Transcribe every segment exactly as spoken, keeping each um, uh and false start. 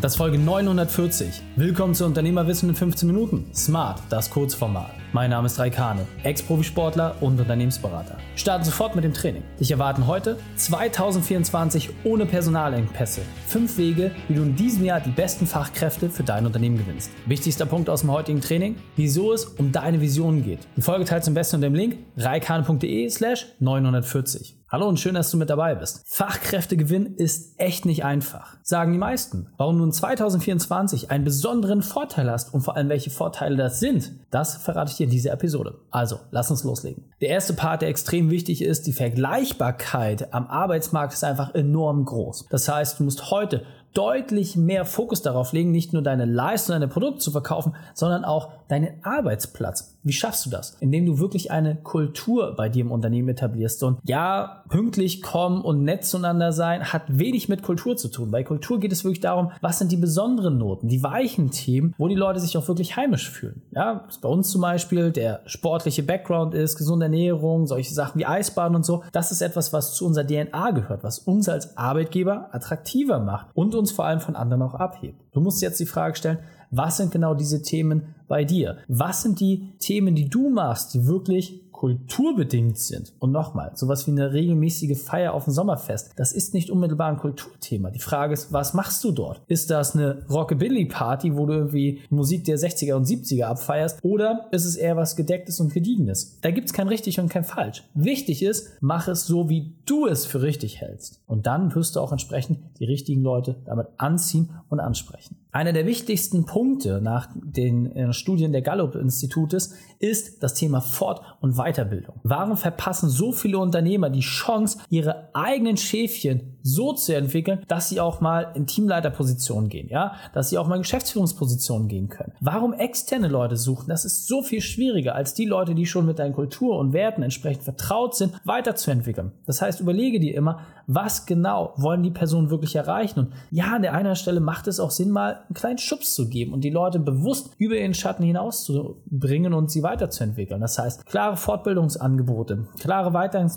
Das ist Folge neunhundertvierzig. Willkommen zu Unternehmerwissen in fünfzehn Minuten. Smart, das Kurzformat. Mein Name ist Raik Hane, Ex-Profisportler und Unternehmensberater. Wir starten sofort mit dem Training. Dich erwarten heute zweitausendvierundzwanzig ohne Personalengpässe. Fünf Wege, wie du in diesem Jahr die besten Fachkräfte für dein Unternehmen gewinnst. Wichtigster Punkt aus dem heutigen Training, wieso es um deine Vision geht. Die Folge teilst du am besten unter dem Link raikhane.de slash neunhundertvierzig. Hallo und schön, dass du mit dabei bist. Fachkräftegewinn ist echt nicht einfach, sagen die meisten. Warum du in zweitausendvierundzwanzig einen besonderen Vorteil hast und vor allem welche Vorteile das sind, das verrate ich dir in dieser Episode. Also, lass uns loslegen. Der erste Part, der extrem wichtig ist, die Vergleichbarkeit am Arbeitsmarkt ist einfach enorm groß. Das heißt, du musst heute deutlich mehr Fokus darauf legen, nicht nur deine Leistung, deine Produkte zu verkaufen, sondern auch deinen Arbeitsplatz. Wie schaffst du das? Indem du wirklich eine Kultur bei dir im Unternehmen etablierst. Und ja, pünktlich kommen und nett zueinander sein hat wenig mit Kultur zu tun. Bei Kultur geht es wirklich darum, was sind die besonderen Noten, die weichen Themen, wo die Leute sich auch wirklich heimisch fühlen. Ja, was bei uns zum Beispiel der sportliche Background ist, gesunde Ernährung, solche Sachen wie Eisbaden und so. Das ist etwas, was zu unserer D N A gehört, was uns als Arbeitgeber attraktiver macht und uns vor allem von anderen auch abhebt. Du musst jetzt die Frage stellen, was sind genau diese Themen bei dir? Was sind die Themen, die du machst, die wirklich kulturbedingt sind? Und nochmal, sowas wie eine regelmäßige Feier auf dem Sommerfest, das ist nicht unmittelbar ein Kulturthema. Die Frage ist, was machst du dort? Ist das eine Rockabilly-Party, wo du irgendwie Musik der sechziger und siebziger abfeierst? Oder ist es eher was Gedecktes und Gediegenes? Da gibt es kein richtig und kein falsch. Wichtig ist, mach es so, wie du es für richtig hältst. Und dann wirst du auch entsprechend die richtigen Leute damit anziehen und ansprechen. Einer der wichtigsten Punkte nach den äh, Studien der Gallup-Institutes ist das Thema Fort- und Weiterbildung. Warum verpassen so viele Unternehmer die Chance, ihre eigenen Schäfchen so zu entwickeln, dass sie auch mal in Teamleiterpositionen gehen, ja, dass sie auch mal in Geschäftsführungspositionen gehen können? Warum externe Leute suchen? Das ist so viel schwieriger, als die Leute, die schon mit deinen Kultur und Werten entsprechend vertraut sind, weiterzuentwickeln. Das heißt, überlege dir immer, was genau wollen die Personen wirklich erreichen? Und ja, an der einen Stelle macht es auch Sinn, mal einen kleinen Schubs zu geben und die Leute bewusst über ihren Schatten hinaus zu bringen und sie weiterzuentwickeln. Das heißt, klare Fortbildungsangebote, klare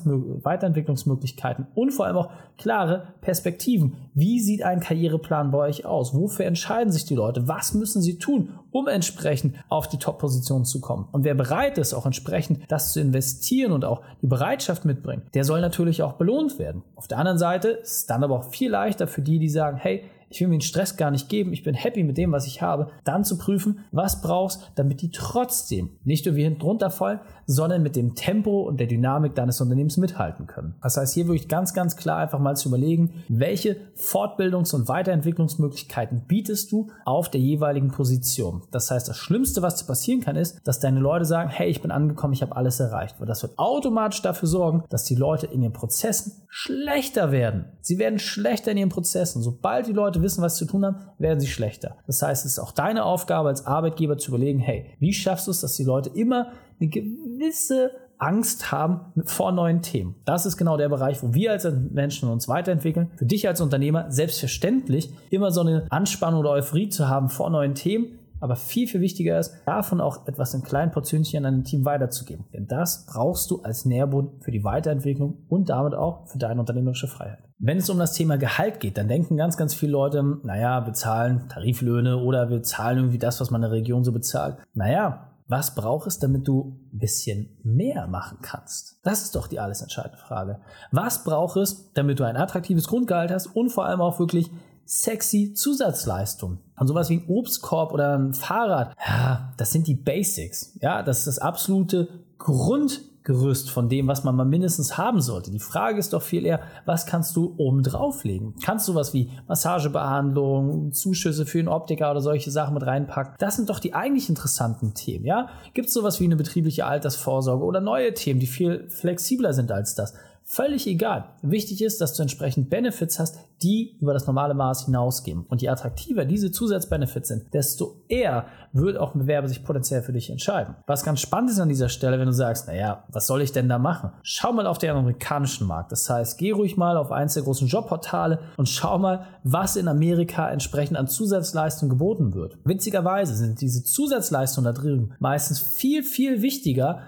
Weiterentwicklungsmöglichkeiten und vor allem auch klare Perspektiven. Wie sieht ein Karriereplan bei euch aus? Wofür entscheiden sich die Leute? Was müssen sie tun, um entsprechend auf die Top-Position zu kommen? Und wer bereit ist, auch entsprechend das zu investieren und auch die Bereitschaft mitbringt, der soll natürlich auch belohnt werden. Auf der anderen Seite ist es dann aber auch viel leichter für die, die sagen, hey, ich will mir den Stress gar nicht geben, ich bin happy mit dem, was ich habe, dann zu prüfen, was brauchst, damit die trotzdem nicht nur wie hinten runterfallen, sondern mit dem Tempo und der Dynamik deines Unternehmens mithalten können. Das heißt, hier wirklich ganz, ganz klar einfach mal zu überlegen, welche Fortbildungs- und Weiterentwicklungsmöglichkeiten bietest du auf der jeweiligen Position. Das heißt, das Schlimmste, was passieren kann, ist, dass deine Leute sagen, hey, ich bin angekommen, ich habe alles erreicht. Weil das wird automatisch dafür sorgen, dass die Leute in ihren Prozessen schlechter werden. Sie werden schlechter in ihren Prozessen. Sobald die Leute wissen, was sie zu tun haben, werden sie schlechter. Das heißt, es ist auch deine Aufgabe als Arbeitgeber zu überlegen, hey, wie schaffst du es, dass die Leute immer eine gewisse Angst haben vor neuen Themen. Das ist genau der Bereich, wo wir als Menschen uns weiterentwickeln. Für dich als Unternehmer selbstverständlich immer so eine Anspannung oder Euphorie zu haben vor neuen Themen, aber viel, viel wichtiger ist, davon auch etwas in kleinen Portionchen an dein Team weiterzugeben. Denn das brauchst du als Nährboden für die Weiterentwicklung und damit auch für deine unternehmerische Freiheit. Wenn es um das Thema Gehalt geht, dann denken ganz, ganz viele Leute, naja, wir zahlen Tariflöhne oder wir zahlen irgendwie das, was man in der Region so bezahlt. Naja, was braucht es, damit du ein bisschen mehr machen kannst? Das ist doch die alles entscheidende Frage. Was braucht es, damit du ein attraktives Grundgehalt hast und vor allem auch wirklich sexy Zusatzleistungen? Und sowas wie ein Obstkorb oder ein Fahrrad, ja, das sind die Basics. Ja, das ist das absolute Grundgerüst von dem, was man mal mindestens haben sollte. Die Frage ist doch viel eher, was kannst du oben drauflegen? Kannst du was wie Massagebehandlung, Zuschüsse für einen Optiker oder solche Sachen mit reinpacken? Das sind doch die eigentlich interessanten Themen, ja? Gibt es sowas wie eine betriebliche Altersvorsorge oder neue Themen, die viel flexibler sind als das? Völlig egal. Wichtig ist, dass du entsprechend Benefits hast, die über das normale Maß hinausgehen. Und je attraktiver diese Zusatzbenefits sind, desto eher wird auch ein Bewerber sich potenziell für dich entscheiden. Was ganz spannend ist an dieser Stelle, wenn du sagst, naja, was soll ich denn da machen? Schau mal auf den amerikanischen Markt. Das heißt, geh ruhig mal auf eins der großen Jobportale und schau mal, was in Amerika entsprechend an Zusatzleistungen geboten wird. Witzigerweise sind diese Zusatzleistungen da drüben meistens viel, viel wichtiger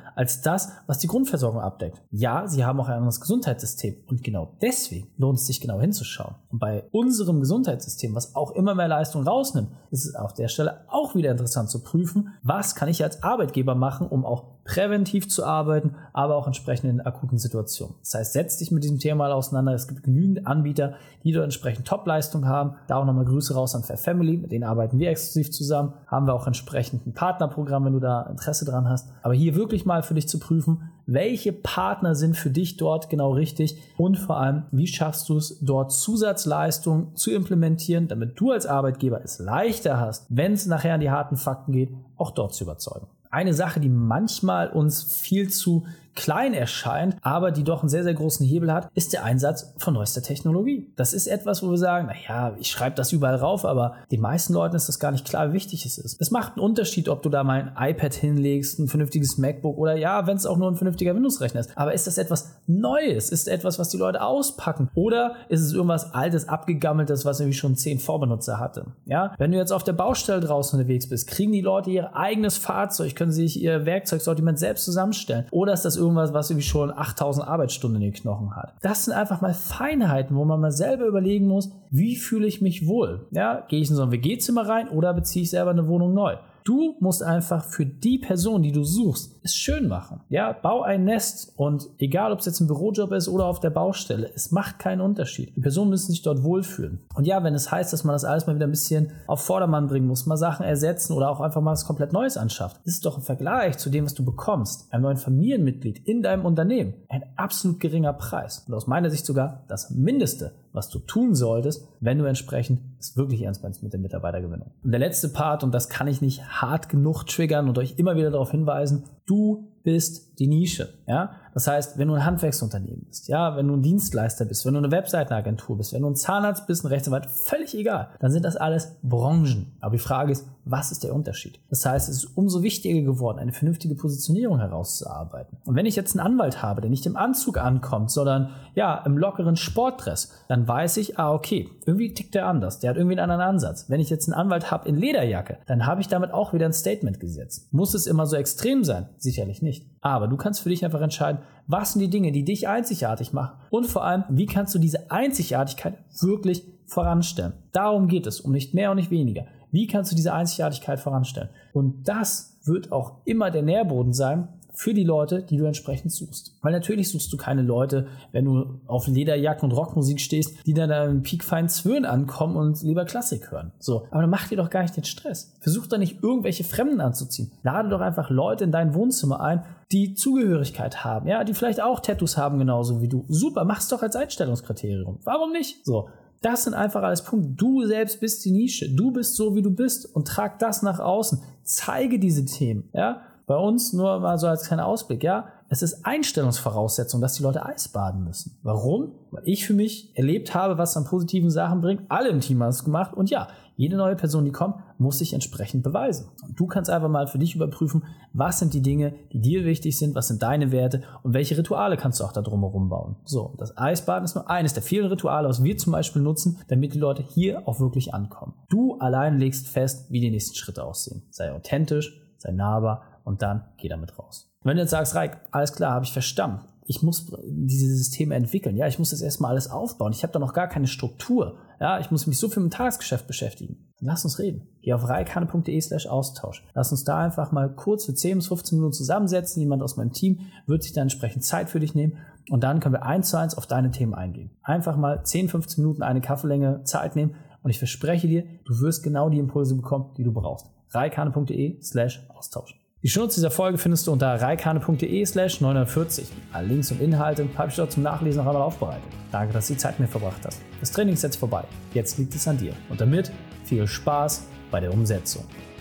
als das, was die Grundversorgung abdeckt. Ja, sie haben auch ein anderes Gesundheitssystem und genau deswegen lohnt es sich genau hinzuschauen. Und bei unserem Gesundheitssystem, was auch immer mehr Leistung rausnimmt, ist es auf der Stelle auch wieder interessant zu prüfen, was kann ich als Arbeitgeber machen, um auch präventiv zu arbeiten, aber auch entsprechend in akuten Situationen. Das heißt, setz dich mit diesem Thema mal auseinander. Es gibt genügend Anbieter, die dort entsprechend Top-Leistung haben. Da auch nochmal Grüße raus an Fair Family, mit denen arbeiten wir exklusiv zusammen. Haben wir auch entsprechend ein Partnerprogramm, wenn du da Interesse dran hast. Aber hier wirklich mal für dich zu prüfen, welche Partner sind für dich dort genau richtig und vor allem, wie schaffst du es, dort Zusatzleistungen zu implementieren, damit du als Arbeitgeber es leichter hast, wenn es nachher an die harten Fakten geht, auch dort zu überzeugen. Eine Sache, die manchmal uns viel zu klein erscheint, aber die doch einen sehr, sehr großen Hebel hat, ist der Einsatz von neuester Technologie. Das ist etwas, wo wir sagen, naja, ich schreibe das überall rauf, aber den meisten Leuten ist das gar nicht klar, wie wichtig es ist. Es macht einen Unterschied, ob du da mal ein iPad hinlegst, ein vernünftiges MacBook oder ja, wenn es auch nur ein vernünftiger Windows-Rechner ist. Aber ist das etwas Neues? Ist etwas, was die Leute auspacken? Oder ist es irgendwas Altes, Abgegammeltes, was irgendwie schon zehn Vorbenutzer hatte? Ja, wenn du jetzt auf der Baustelle draußen unterwegs bist, kriegen die Leute ihr eigenes Fahrzeug, können sich ihr Werkzeugsortiment selbst zusammenstellen? Oder ist das irgendwas, was irgendwie schon achttausend Arbeitsstunden in den Knochen hat? Das sind einfach mal Feinheiten, wo man mal selber überlegen muss, wie fühle ich mich wohl? Ja, gehe ich in so ein W G-Zimmer rein oder beziehe ich selber eine Wohnung neu? Du musst einfach für die Person, die du suchst, es schön machen. Ja, bau ein Nest und egal, ob es jetzt ein Bürojob ist oder auf der Baustelle, es macht keinen Unterschied. Die Personen müssen sich dort wohlfühlen. Und ja, wenn es heißt, dass man das alles mal wieder ein bisschen auf Vordermann bringen muss, mal Sachen ersetzen oder auch einfach mal was komplett Neues anschafft, ist es doch im Vergleich zu dem, was du bekommst, einem neuen Familienmitglied in deinem Unternehmen, ein absolut geringer Preis. Und aus meiner Sicht sogar das Mindeste, was du tun solltest, wenn du entsprechend es wirklich ernst meinst mit der Mitarbeitergewinnung. Und der letzte Part, und das kann ich nicht hart genug triggern und euch immer wieder darauf hinweisen, du bist die Nische. Ja? Das heißt, wenn du ein Handwerksunternehmen bist, ja, wenn du ein Dienstleister bist, wenn du eine Webseitenagentur bist, wenn du ein Zahnarzt bist, ein Rechtsanwalt, völlig egal, dann sind das alles Branchen. Aber die Frage ist, was ist der Unterschied? Das heißt, es ist umso wichtiger geworden, eine vernünftige Positionierung herauszuarbeiten. Und wenn ich jetzt einen Anwalt habe, der nicht im Anzug ankommt, sondern ja, im lockeren Sportdress, dann weiß ich, ah, okay, irgendwie tickt der anders, der hat irgendwie einen anderen Ansatz. Wenn ich jetzt einen Anwalt habe in Lederjacke, dann habe ich damit auch wieder ein Statement gesetzt. Muss es immer so extrem sein? Sicherlich nicht. Aber du kannst für dich einfach entscheiden, was sind die Dinge, die dich einzigartig machen und vor allem, wie kannst du diese Einzigartigkeit wirklich voranstellen. Darum geht es, um nicht mehr und nicht weniger. Wie kannst du diese Einzigartigkeit voranstellen? Und das wird auch immer der Nährboden sein für die Leute, die du entsprechend suchst. Weil natürlich suchst du keine Leute, wenn du auf Lederjacken und Rockmusik stehst, die dann einen piekfeinen Zwirn ankommen und lieber Klassik hören. So, aber dann mach dir doch gar nicht den Stress. Versuch doch nicht irgendwelche Fremden anzuziehen. Lade doch einfach Leute in dein Wohnzimmer ein, die Zugehörigkeit haben, ja, die vielleicht auch Tattoos haben genauso wie du. Super, mach's doch als Einstellungskriterium. Warum nicht? So. Das sind einfach alles Punkte. Du selbst bist die Nische. Du bist so, wie du bist und trag das nach außen. Zeige diese Themen, ja. Bei uns nur mal so als kleiner Ausblick, ja, es ist Einstellungsvoraussetzung, dass die Leute Eisbaden müssen. Warum? Weil ich für mich erlebt habe, was an positiven Sachen bringt. Alle im Team haben es gemacht und ja, jede neue Person, die kommt, muss sich entsprechend beweisen. Und du kannst einfach mal für dich überprüfen, was sind die Dinge, die dir wichtig sind, was sind deine Werte und welche Rituale kannst du auch da drumherum bauen. So, das Eisbaden ist nur eines der vielen Rituale, was wir zum Beispiel nutzen, damit die Leute hier auch wirklich ankommen. Du allein legst fest, wie die nächsten Schritte aussehen. Sei authentisch, sei nahbar und dann geh damit raus. Wenn du jetzt sagst, Raik, alles klar, habe ich verstanden. Ich muss diese Systeme entwickeln. Ja, ich muss das erstmal alles aufbauen. Ich habe da noch gar keine Struktur. Ja, ich muss mich so viel mit dem Tagesgeschäft beschäftigen. Dann lass uns reden. Geh auf raikane.de slash Austausch. Lass uns da einfach mal kurz für zehn bis fünfzehn Minuten zusammensetzen. Jemand aus meinem Team wird sich dann entsprechend Zeit für dich nehmen. Und dann können wir eins zu eins auf deine Themen eingehen. Einfach mal zehn, fünfzehn Minuten eine Kaffeelänge Zeit nehmen. Und ich verspreche dir, du wirst genau die Impulse bekommen, die du brauchst. raikane.de slash Austausch. Die Shownotes dieser Folge findest du unter raikane.de slash neunundvierzig. Alle Links und Inhalte habe ich dort zum Nachlesen noch einmal aufbereitet. Danke, dass du die Zeit mit mir verbracht hast. Das Training ist jetzt vorbei. Jetzt liegt es an dir. Und damit viel Spaß bei der Umsetzung.